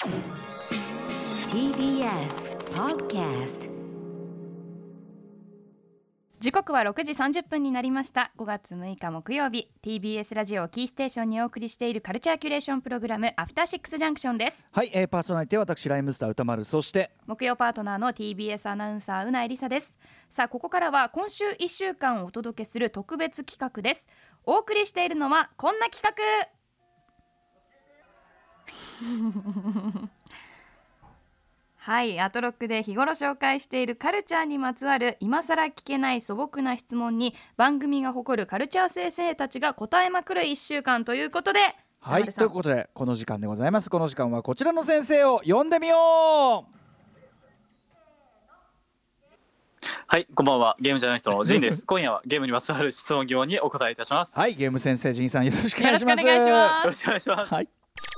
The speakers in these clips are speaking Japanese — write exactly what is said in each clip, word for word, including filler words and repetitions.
ティービーエス Podcast。 時刻はろくじさんじゅっぷんになりました。ごがつむいか木曜日、 ティービーエス ラジオキーステーションにお送りしているカルチャーキュレーションプログラム、アフターシックスジャンクションです。 はい、えー、パーソナリティは私ライムスター歌丸、そして木曜パートナーの ティービーエス アナウンサーうないりさです。さあ、ここからは今週いっしゅうかんお届けする特別企画です。お送りしているのはこんな企画はい、アトロックで日頃紹介しているカルチャーにまつわる今さら聞けない素朴な質問に、番組が誇るカルチャー先生たちが答えまくるいっしゅうかんということで、 はい、ということでこの時間でございます。この時間はこちらの先生を呼んでみよう。 はい、こんばんは。ゲームジャーナリストのジンです今夜はゲームにまつわる質問疑問にお答えいたします。 はい、ゲーム先生ジンさん、よろしくお願いします。 よろしくお願いします。 よろしくお願いします。 はい、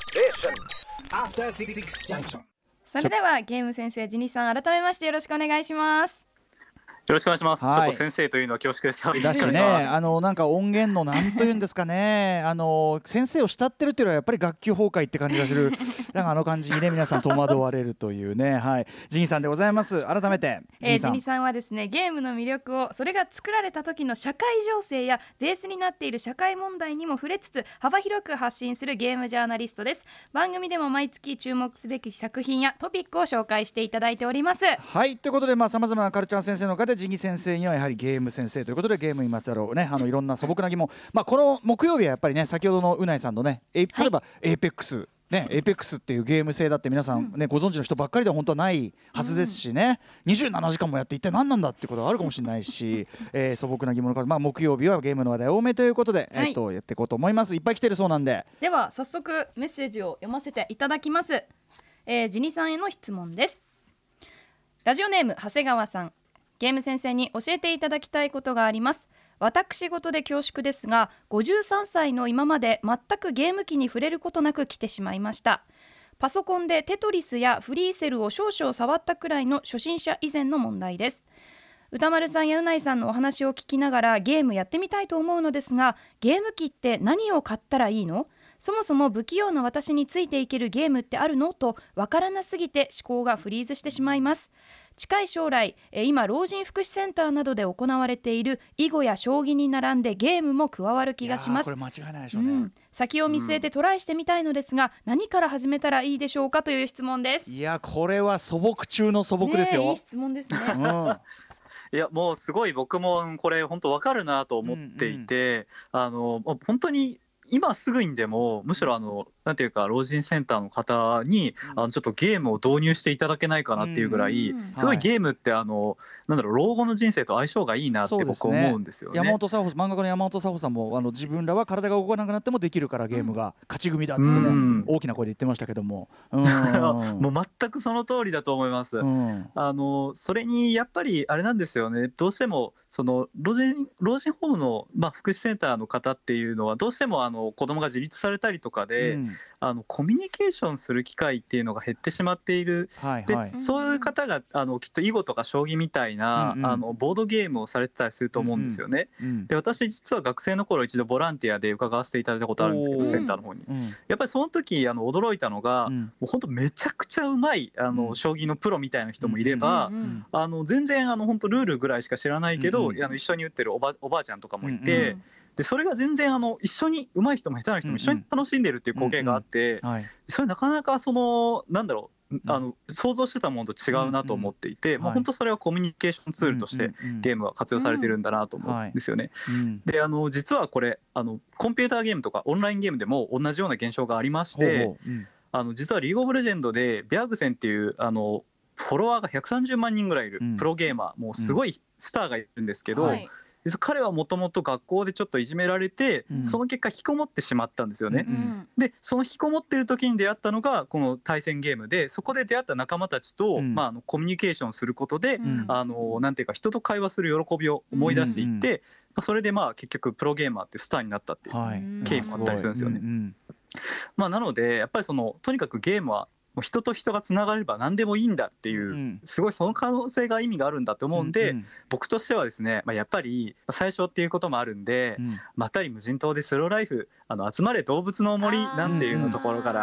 それではゲーム先生ジニさん、改めましてよろしくお願いします。 よろしくお願いします。 はい、 ちょっと先生というのは恐縮です。 だしね、あのなんか音源のなんというんですかねあの先生を慕ってるっていうのはやっぱり学級崩壊って感じがするなんかあの感じにね、皆さん戸惑われるというね。はい、ジンさんでございます。改めてジニさん、えー、ジニさんはですね、ゲームの魅力を、それが作られた時の社会情勢やベースになっている社会問題にも触れつつ、幅広く発信するゲームジャーナリストです。番組でも毎月注目すべき作品やトピックを紹介していただいております。 はい、ということでさまざ、まなカルチャー先生の中でジニ先生にはやはりゲーム先生ということで、ゲームにまつわるね、あのいろんな素朴な疑問、まあ、この木曜日はやっぱりね、先ほどのうないさんのね、例えばエーペックスね、エーペックスっていうゲーム性だって皆さん、ね、うん、ご存知の人ばっかりでは本当はないはずですしね、うん、にじゅうななじかんもやって一体何なんだってことがあるかもしれないし、えー、素朴な疑問の数、まあ、木曜日はゲームの話題多めということで、はい、えー、とやっていこうと思います。いっぱい来てるそうなんで、 では早速メッセージを読ませていただきます。えー、ジニさんへの質問です。ラジオネーム長谷川さん、ゲーム先生に教えていただきたいことがあります。私事で恐縮ですが、ごじゅうさんさいの今まで全くゲーム機に触れることなく来てしまいました。パソコンでテトリスやフリーセルを少々触ったくらいの初心者以前の問題です。歌丸さんやうないさんのお話を聞きながらゲームやってみたいと思うのですが、ゲーム機って何を買ったらいいの？そもそも不器用な私についていけるゲームってあるの？とわからなすぎて思考がフリーズしてしまいます。近い将来、今老人福祉センターなどで行われている囲碁や将棋に並んでゲームも加わる気がします。 これ間違いないでしょうね、 うん、先を見据えてトライしてみたいのですが、うん、何から始めたらいいでしょうかという質問です。 いや、これは素朴中の素朴ですよ、 ね、いい質問ですね、 うん、 いや、もうすごい僕もこれ本当わかるなと思っていて、うんうん、あの本当に今すぐにでもむしろあのなんていうか老人センターの方に、うん、あのちょっとゲームを導入していただけないかなっていうぐらい、うん、すごいゲームってあのなんだろう、老後の人生と相性がいいなって僕は思うんですよね。 山本佐穂、漫画家の山本佐穂さんもあの自分らは体が動かなくなってもできるからゲームが勝ち組だっつってね、うん、大きな声で言ってましたけども、うん、 もう全くその通りだと思います、うん、あのそれにやっぱりあれなんですよね、どうしてもその老人老人ホームの、まあ、福祉センターの方っていうのはどうしてもあの子供が自立されたりとかで、うん、あのコミュニケーションする機会っていうのが減ってしまっている、はいはい、でそういう方があのきっと囲碁とか将棋みたいな、うんうん、あのボードゲームをされてたりすると思うんですよね、うんうん、で私実は学生の頃一度ボランティアで伺わせていただいたことあるんですけど、センターの方に、うん、やっぱりその時あの驚いたのが、うん、もう本当めちゃくちゃうまいあの、うん、将棋のプロみたいな人もいれば、うんうん、あの全然あの本当ルールぐらいしか知らないけど、うんうん、あの一緒に打ってるおば、おばあちゃんとかもいて、うんうん、でそれが全然あの一緒に上手い人も下手な人も一緒に楽しんでるっていう光景があって、うんうん、はい、それなかなかそのなんだろう、あの想像してたものと違うなと思っていて、うんうん、もう本当それはコミュニケーションツールとしてゲームは活用されてるんだなと思うんですよね、うんうん、であの実はこれあのコンピューターゲームとかオンラインゲームでも同じような現象がありまして、ほうほう、うん、あの実はリーグオブレジェンドでビャグセンっていうあのフォロワーがひゃくさんじゅうまんにんぐらいいるプロゲーマー、うん、もうすごいスターがいるんですけど、うん、はい、彼はもともと学校でちょっといじめられて、うん、その結果引きこもってしまったんですよね、うん、でその引きこもってる時に出会ったのがこの対戦ゲームで、そこで出会った仲間たちと、うん、まあ、あのコミュニケーションすることで、うん、あのなんていうか人と会話する喜びを思い出していって、うんうん、まあ、それでまあ結局プロゲーマーっていうスターになったっていう経緯もあったりするんですよね、うんうん、まあ、なのでやっぱりそのとにかくゲームはもう人と人がつながれば何でもいいんだっていう、うん、すごいその可能性が意味があるんだと思うんで、うんうん、僕としてはですね、まあ、やっぱり最初っていうこともあるんで、うん、まったり無人島でスローライフ、あの集まれ動物の森なんていうのところから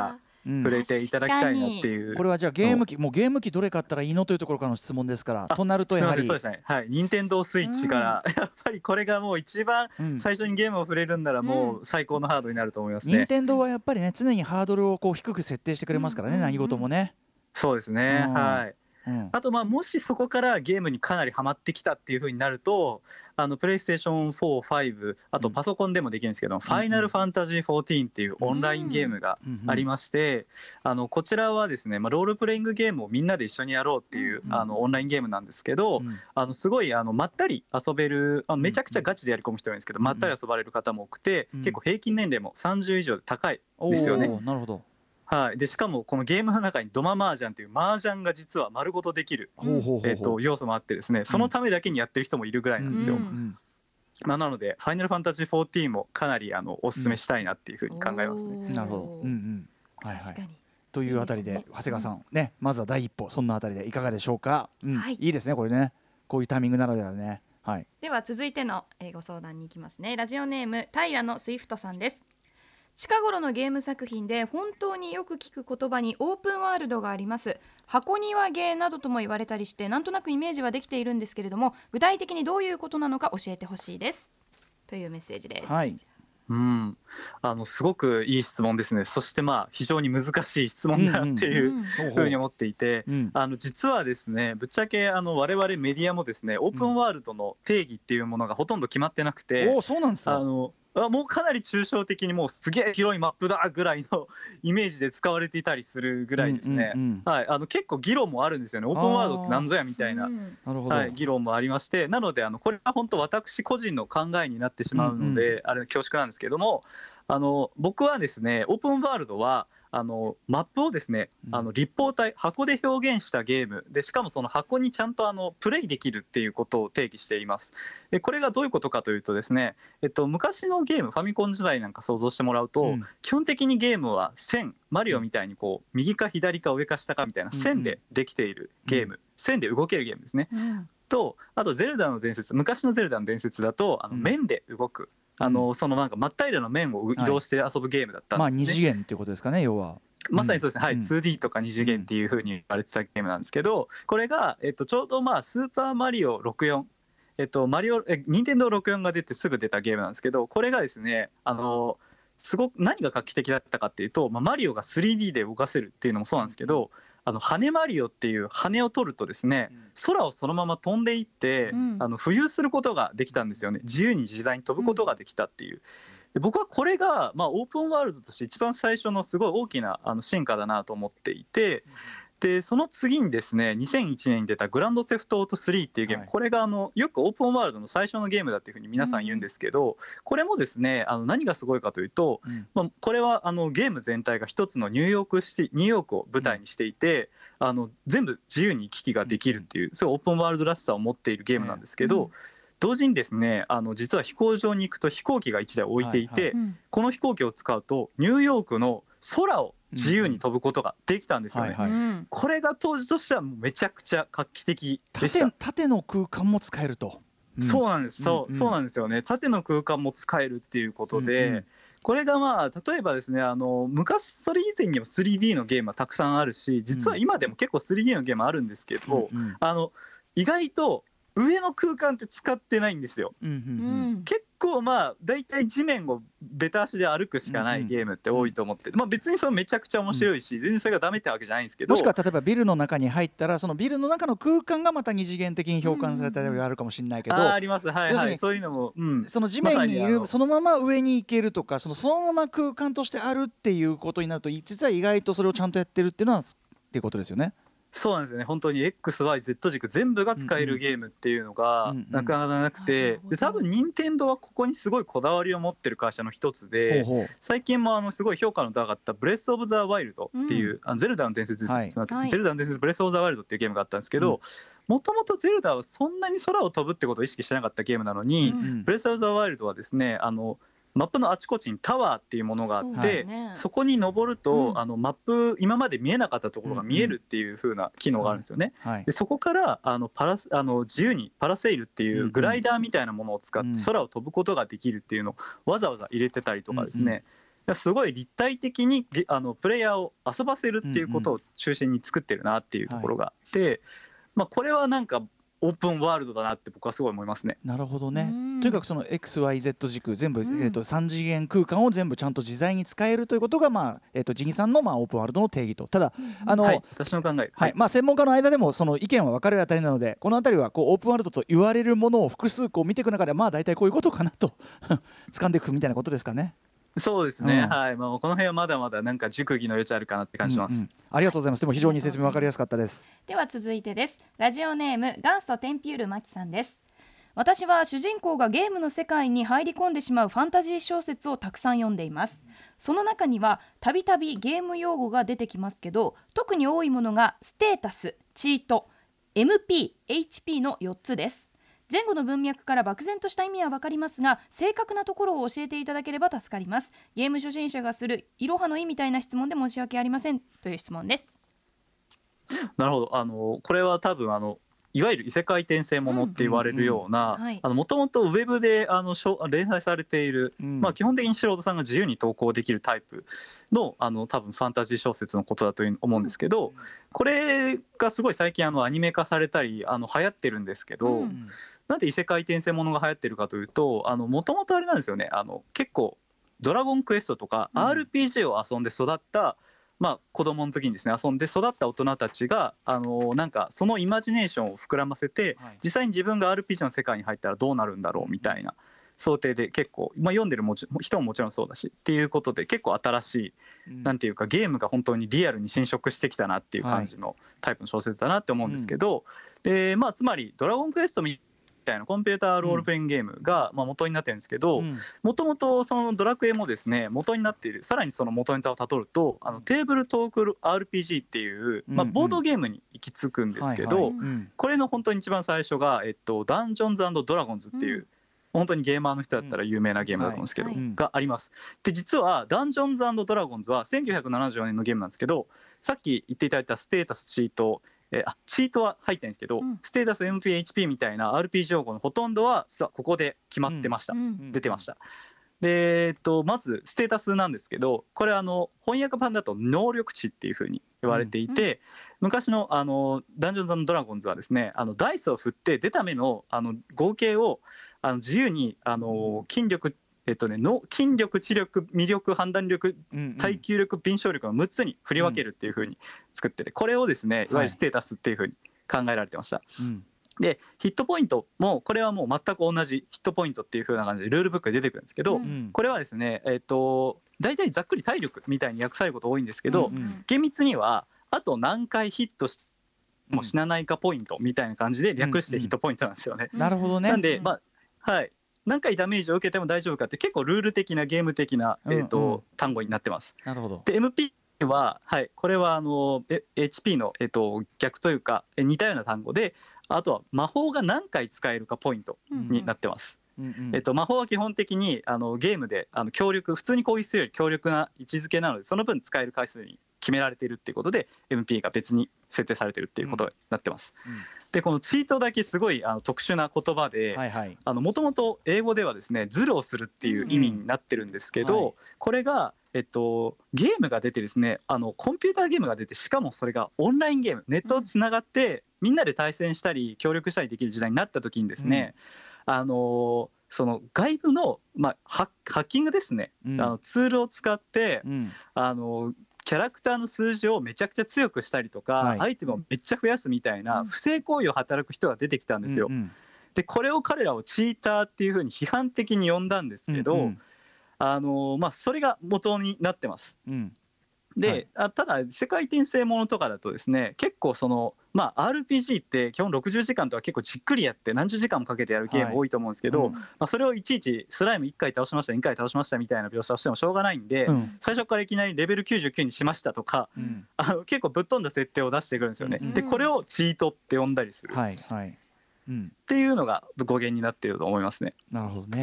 触れていただきたいなっていう、うん、 これはじゃあゲーム機もうゲーム機どれ買ったらいいのというところからの質問ですからとなるとやはりそうですね、はい、任天堂スイッチから、うん、やっぱりこれがもう一番最初にゲームを触れるんならもう最高のハードになると思いますね。 任天堂はやっぱりね常にハードルをこう低く設定してくれますからね、うん、何事もね。 そうですね、うん、はい。 うん、 あとまあもしそこからゲームにかなりハマってきたっていう風になるとあのプレイステーションフォー、ファイブあとパソコンでもできるんですけど、うん、ファイナルファンタジーフォーティーンっていうオンラインゲームがありまして、うん、あのこちらはですね、まあ、ロールプレイングゲームをみんなで一緒にやろうっていう、うん、あのオンラインゲームなんですけど、うん、あのすごいあのまったり遊べるあめちゃくちゃガチでやり込む人がいるんですけど、うん、まったり遊ばれる方も多くて、うん、結構平均年齢もさんじゅう以上で高いですよね。 なるほど。 はい、でしかもこのゲームの中にドママージャンというマージャンが実は丸ごとできる、うんえっと、要素もあってですね、そのためだけにやってる人もいるぐらいなんですよ、うんうんまあ、なのでファイナルファンタジーフォーティーンもかなりあのおすすめしたいなっていうふうに考えますね、うん、 なるほど、うんうんはいはい、というあたりで、ね、長谷川さん、うんね、まずは第一歩そんなあたりでいかがでしょうか、うんはい、いいですねこれねこういうタイミングなのではね、はい、 では続いてのご相談に行きますね。ラジオネーム平野スイフトさんです。近頃のゲーム作品で本当によく聞く言葉にオープンワールドがあります。箱庭ゲーなどとも言われたりしてなんとなくイメージはできているんですけれども具体的にどういうことなのか教えてほしいですというメッセージです、 はいうん、あのすごくいい質問ですね。そしてまあ非常に難しい質問だなっていうふうに思っていて、うんうん、あの実はですねぶっちゃけあの我々メディアもですねオープンワールドの定義っていうものがほとんど決まってなくて、 うん、おそうなんですか。 あのもうかなり抽象的にもうすげえ広いマップだぐらいのイメージで使われていたりするぐらいですね、うんうんうんはい、あの結構議論もあるんですよね。オープンワールドって何ぞやみたいな、はい、議論もありまして、なのであのこれは本当私個人の考えになってしまうので、うんうん、あれ恐縮なんですけどもあの僕はですねオープンワールドはあのマップをですねあの立方体箱で表現したゲームで、しかもその箱にちゃんとあのプレイできるっていうことを定義しています。でこれがどういうことかというとですね、えっと、昔のゲームファミコン時代なんか想像してもらうと、うん、基本的にゲームは線マリオみたいにこう右か左か上か下かみたいな線でできているゲーム、うん、線で動けるゲームですね、うん、とあとゼルダの伝説昔のゼルダの伝説だとあの面で動く、あのそのなんか真っ平らの面を移動して遊ぶゲームだったんですね、はい、まあ二次元っていうことですかね要は。 まさにそうですね、うん、はい、ツーディー とか二次元っていう風に言われてたゲームなんですけど、これが、えっと、ちょうどまあスーパーマリオろくじゅうよん、えっと、マリオえ任天堂ろくじゅうよんが出てすぐ出たゲームなんですけど、これがですねあのすごく何が画期的だったかっていうと、まあ、マリオが スリーディー で動かせるっていうのもそうなんですけど、あの羽マリオっていう羽を取るとですね、空をそのまま飛んでいって、うん、あの浮遊することができたんですよね。自由に自在に飛ぶことができたっていう、で僕はこれが、まあ、オープンワールドとして一番最初のすごい大きなあの進化だなと思っていて、でその次にですねにせんいちねんに出たグランドセフトオートスリーっていうゲーム、はい、これがあのよくオープンワールドの最初のゲームだっていうふうに皆さん言うんですけど、うん、これもですねあの何がすごいかというと、うんまあ、これはあのゲーム全体が一つのニューヨークシティニューヨークを舞台にしていて、うん、あの全部自由に行き来ができるっていうすごいオープンワールドらしさを持っているゲームなんですけど、うん同時にですねあの実は飛行場に行くと飛行機がいちだい置いていて、はいはい、この飛行機を使うとニューヨークの空を自由に飛ぶことができたんですよね、うんはいはい、これが当時としてはめちゃくちゃ画期的でした。 縦, 縦の空間も使えると、 うん、そうなんですそう,、うん、そうなんですよね。縦の空間も使えるっていうことで、うんうん、これがまあ例えばですねあの昔それ以前にも スリーディー のゲームはたくさんあるし、実は今でも結構 スリーディー のゲームあるんですけど、うんうん、あの意外と上の空間って使ってないんですよ、うんうんうん、結構まあだいたい地面をベタ足で歩くしかないゲームって多いと思って、うんうんまあ、別にそれめちゃくちゃ面白いし、うん、全然それがダメってわけじゃないんですけど、 もしくは例えばビルの中に入ったらそのビルの中の空間がまた二次元的に表現されたりがあるかもしれないけど、うんうん、 あ, ありますはいはいそういうのも、うん、 その地面にいる、ま、そのまま上に行けるとかそのそのまま空間としてあるっていうことになると実は意外とそれをちゃんとやってるっていうのはっていうことですよね。 そうなんですよね。本当に エックスワイゼット 軸全部が使えるゲームっていうのがなかなかなくて、で多分任天堂はここにすごいこだわりを持ってる会社の一つで、ほうほう最近もあのすごい評価の高かったブレスオブザワイルドっていう、うん、あのゼルダの伝説です、はい、すみません、はい、ゼルダの伝説ブレスオブザワイルドっていうゲームがあったんですけど、もともとゼルダはそんなに空を飛ぶってことを意識してなかったゲームなのに、うん、ブレスオブザワイルドはですねあのマップのあちこちにタワーっていうものがあって そ,、ね、そこに登ると、うん、あのマップ今まで見えなかったところが見えるっていう風な機能があるんですよね、うんうんはい、でそこからあのパラあの自由にパラセールっていうグライダーみたいなものを使って空を飛ぶことができるっていうのをわざわざ入れてたりとかですね、うんうんすごい立体的にあのプレイヤーを遊ばせるっていうことを中心に作ってるなっていうところがあって、うんうん、まあ、これはなんかオープンワールドだなって僕はすごい思いますね。 なるほどね。とにかくその エックスワイゼット 軸全部、うん、えー、とさん次元空間を全部ちゃんと自在に使えるということが、まあえー、とジギさんのまあオープンワールドの定義と。ただ、うんあのはい、私の考え、はいはい、まあ、専門家の間でもその意見は分かれるあたりなので、このあたりはこうオープンワールドと言われるものを複数こう見ていく中で、まあ大体こういうことかなと掴んでいくみたいなことですかね。 そうですね、うん、はい、まあ、この辺はまだまだなんか熟議の余地あるかなって感じします、うんうん、 ありがとうございます。でも非常に説明分かりやすかったです。 では続いてです。ラジオネーム元祖テンピュールマキさんです。私は主人公がゲームの世界に入り込んでしまうファンタジー小説をたくさん読んでいます。その中にはたびたびゲーム用語が出てきますけど、特に多いものがステータス、チート、エムピー、エイチピー のよっつです。前後の文脈から漠然とした意味は分かりますが、正確なところを教えていただければ助かります。ゲーム初心者がするいろはの意みたいな質問で申し訳ありませんという質問です。 なるほど。あのこれは多分あのいわゆる異世界転生ものって言われるような、もともとウェブであの連載されている、うん、まあ、基本的に素人さんが自由に投稿できるタイプ の, あの多分ファンタジー小説のことだと思うんですけど、うん、これがすごい最近あのアニメ化されたりあの流行ってるんですけど、うん、なんで異世界転生ものが流行ってるかというと、もともとあれなんですよね、あの結構ドラゴンクエストとか アールピージー を遊んで育った、うん、まあ、子供の時にですね遊んで育った大人たちがあのなんかそのイマジネーションを膨らませて、はい、実際に自分が アールピージー の世界に入ったらどうなるんだろうみたいな想定で結構、まあ、読んでるもち人ももちろんそうだしっていうことで結構新しい、うん、なんていうかゲームが本当にリアルに侵食してきたなっていう感じのタイプの小説だなって思うんですけど、はい、でまあ、つまりドラゴンクエストみみたいなコンピューターロールプレイングゲームがまあ元になってるんですけど、もともとそのドラクエもですね元になっている、さらにその元ネタをたどるとあのテーブルトーク アールピージー っていうまあボードゲームに行き着くんですけど、これの本当に一番最初がえっとダンジョンズ&ドラゴンズっていう本当にゲーマーの人だったら有名なゲームだと思うんですけどがあります。で実はダンジョンズ&ドラゴンズはせんきゅうひゃくななじゅうよねんのゲームなんですけど、さっき言っていただいたステータスチートえー、あチートは入ってないんですけど、うん、ステータス エムピーエイチピー みたいな アールピージー 用語のほとんどは実はここで決まってました、うん、出てました。で、えっと、まずステータスなんですけど、これあの翻訳版だと能力値っていう風に言われていて、うん、昔のあのダンジョンズ&ドラゴンズはですねあのダイスを振って出た目のあの合計をあの自由にあの筋力えっとね、の筋力、知力、魅力、判断力、耐久力、敏捷力のむっつに振り分けるっていう風に作ってて、これをですねいわゆるステータスっていう風に考えられてました、はい、でヒットポイントもこれはもう全く同じヒットポイントっていう風な感じでルールブックで出てくるんですけど、うん、これはですねえっと大体ざっくり体力みたいに訳されること多いんですけど、うんうん、厳密にはあと何回ヒットしても死なないかポイントみたいな感じで略してヒットポイントなんですよね、 うんうん、なるほどね。 なんでまあはい何回ダメージを受けても大丈夫かって結構ルール的なゲーム的な、えーとうんうん、単語になってます。 なるほど。 で エムピー は、はい、これはあの エイチピー の、えーと、逆というか似たような単語で、あとは魔法が何回使えるかポイントになってます、うんうんえーと、魔法は基本的にあのゲームであの強力普通に攻撃するより強力な位置づけなのでその分使える回数に決められているっていうことで エムピー が別に設定されているっていうことになってます、うんうんでこのチートだけすごいあの特殊な言葉で、もともと英語ではですねズルをするっていう意味になってるんですけど、うんはい、これが、えっと、ゲームが出てですねあのコンピューターゲームが出てしかもそれがオンラインゲームネットをつながってみんなで対戦したり協力したりできる時代になった時にですね、うん、あのその外部の、まあ、ハッキングですね、うん、あのツールを使って、うん、あのキャラクターの数字をめちゃくちゃ強くしたりとか、はい、アイテムをめっちゃ増やすみたいな不正行為を働く人が出てきたんですよ、うんうん、でこれを彼らをチーターっていう風に批判的に呼んだんですけど、うんうんあのまあ、それが元になってます、うんで、はい、あただ世界転生ものとかだとですね結構その、まあ、アールピージー って基本ろくじゅうじかんとか結構じっくりやって何十時間もかけてやるゲーム多いと思うんですけど、はいうんまあ、それをいちいちスライムいっかい倒しましたにかい倒しましたみたいな描写をしてもしょうがないんで、うん、最初からいきなりレベルきゅうじゅうきゅうにしましたとか、うん、あの結構ぶっ飛んだ設定を出してくるんですよね、うん、でこれをチートって呼んだりする、はいはいうん、っていうのが語源になっていると思いますね。 なるほどね。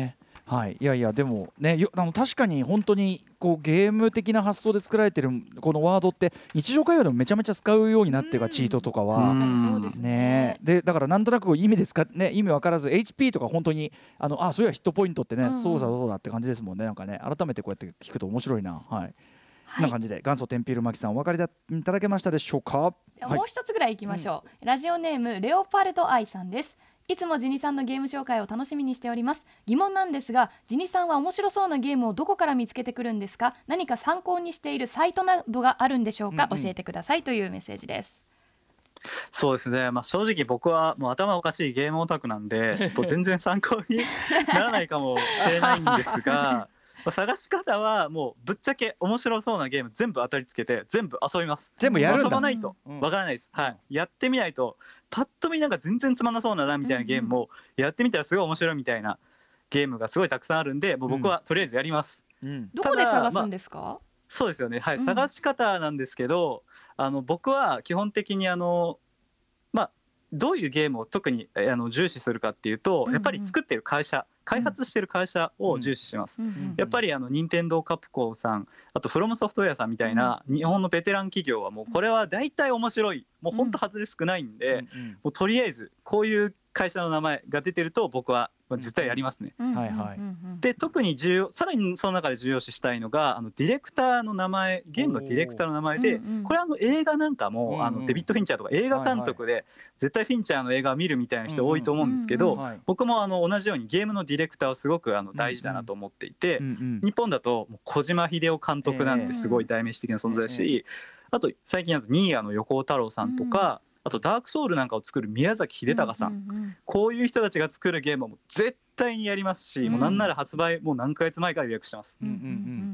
はい、いやいやでもねよあの確かに本当にこうゲーム的な発想で作られてるこのワードって日常会話でもめちゃめちゃ使うようになってるから、チートとかは。 確かにそうですね。 ねでだからなんとなく意味ですかね意味わからず エイチピー とか本当にあのあそういやヒットポイントってね、うんうん、そうだそうだって感じですもんね。なんかね改めてこうやって聞くと面白いな。はい。こんな感じで元祖天日ルマキさんお分かりいただけましたでしょうか。もう一つぐらいいきましょう、うん、ラジオネームレオパルドアイさんです。いつもジニさんのゲーム紹介を楽しみにしております。疑問なんですが、ジニさんは面白そうなゲームをどこから見つけてくるんですか？何か参考にしているサイトなどがあるんでしょうか？うんうん、教えてくださいというメッセージです。 そうですね、まあ、正直僕はもう頭おかしいゲームオタクなんでちょっと全然参考にならないかもしれないんですが探し方はもうぶっちゃけ面白そうなゲーム全部当たりつけて全部遊びます。 全部やるんだ。 遊ばないとわからないです、うん、はい、やってみないとパッと見なんか全然つまんなそうななみたいなゲームもやってみたらすごい面白いみたいなゲームがすごいたくさんあるんで、もう僕はとりあえずやります、 うん、どこで探すんですか？まあ、 そうですよね、はい、 うん、 探し方なんですけど、あの僕は基本的にあのまあどういうゲームを特にあの重視するかっていうと、やっぱり作ってる会社、開発してる会社を重視します、うんうん、やっぱりあの任天堂カプコンさん、あとフロムソフトウェアさんみたいな日本のベテラン企業はもうこれは大体面白い、もうほんと外れ少ないんで、うんうん、もうとりあえずこういう会社の名前が出てると僕は絶対やりますね、 うん、はいはい。 で特に重要、さらにその中で重要視したいのがあのディレクターの名前、ゲームのディレクターの名前で、うんうん、これあの映画なんかも、うんうん、あのデビッド・フィンチャーとか映画監督で、はいはい、絶対フィンチャーの映画を見るみたいな人多いと思うんですけど、うんうんうん、僕もあの同じようにゲームのディレクターはすごくあの大事だなと思っていて、うんうん、日本だともう小島秀夫監督なんてすごい代名詞的な存在だし、えー、あと最近だとニーヤの横尾太郎さんとか、うん、あとダークソウルなんかを作る宮崎秀隆さん、うんうんうん、こういう人たちが作るゲームはもう絶対にやりますし、うん、もうなんなら発売もう何ヶ月前から予約してます、うんうんうん、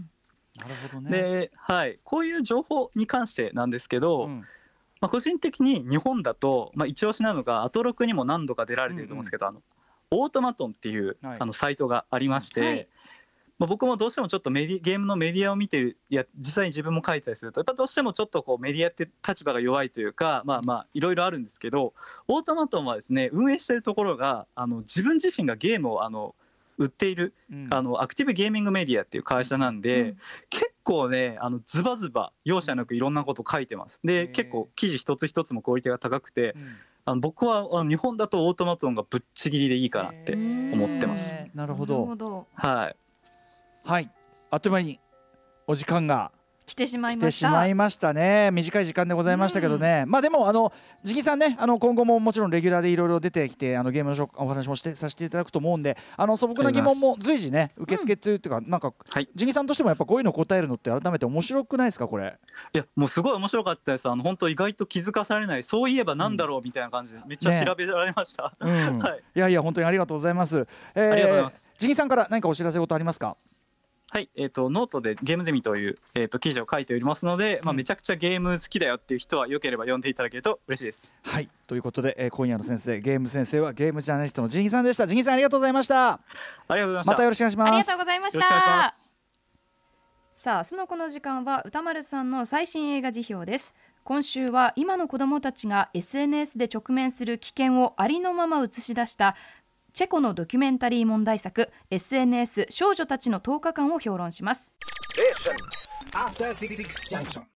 なるほどね。 で、はい、こういう情報に関してなんですけど、うん、まあ、個人的に日本だと、まあ、一押しなのがアトロクにも何度か出られてると思うんですけど、うんうん、あのオートマトンっていう、はい、あのサイトがありまして、はい、まあ、僕もどうしてもちょっとメディゲームのメディアを見てる、いや実際に自分も書いたりするとやっぱどうしてもちょっとこうメディアって立場が弱いというか、まあまあいろいろあるんですけど、オートマトンはですね、運営しているところがあの自分自身がゲームをあの売っている、うん、あのアクティブゲーミングメディアっていう会社なんで、うん、結構ねあのズバズバ容赦なくいろんなこと書いてます。で結構記事一つ一つもクオリティが高くて、うん、あの僕はあの日本だとオートマトンがぶっちぎりでいいかなって思ってます。 なるほど、 はいはい、あっという間にお時間が来てしまいました。 来てしまいましたね。短い時間でございましたけどね、うん、まあでもあのジギさんね、あの今後ももちろんレギュラーでいろいろ出てきてあのゲームのお話もしてさせていただくと思うんで、あの素朴な疑問も随時ね受付中っていうか、うん、なんか、はい、ジギさんとしてもやっぱこういうの答えるのって改めて面白くないですかこれ？ いやもうすごい面白かったです。あの本当意外と気づかされない、そういえばなんだろうみたいな感じでめっちゃ調べられました、ね、うんはい、 いやいや本当にありがとうございます、えー、 ありがとうございます。 ジギさんから何かお知らせ事ありますか？ はい、えー、とノートでゲームゼミという、えー、と記事を書いておりますので、まあ、めちゃくちゃゲーム好きだよっていう人はよければ読んでいただけると嬉しいです。 はい、ということで、えー、今夜の先生ゲーム先生はゲームジャーナリストのジギさんでした。ジギさんありがとうございました。 ありがとうございました。 またよろしくお願いします。 ありがとうございました。 よろしくお願いします。 さあ明日のこの時間は歌丸さんの最新映画辞表です。今週は今の子どもたちが エスエヌエス で直面する危険をありのまま映し出したチェコのドキュメンタリー問題作 エスエヌエス 少女たちのとおかかんを評論します。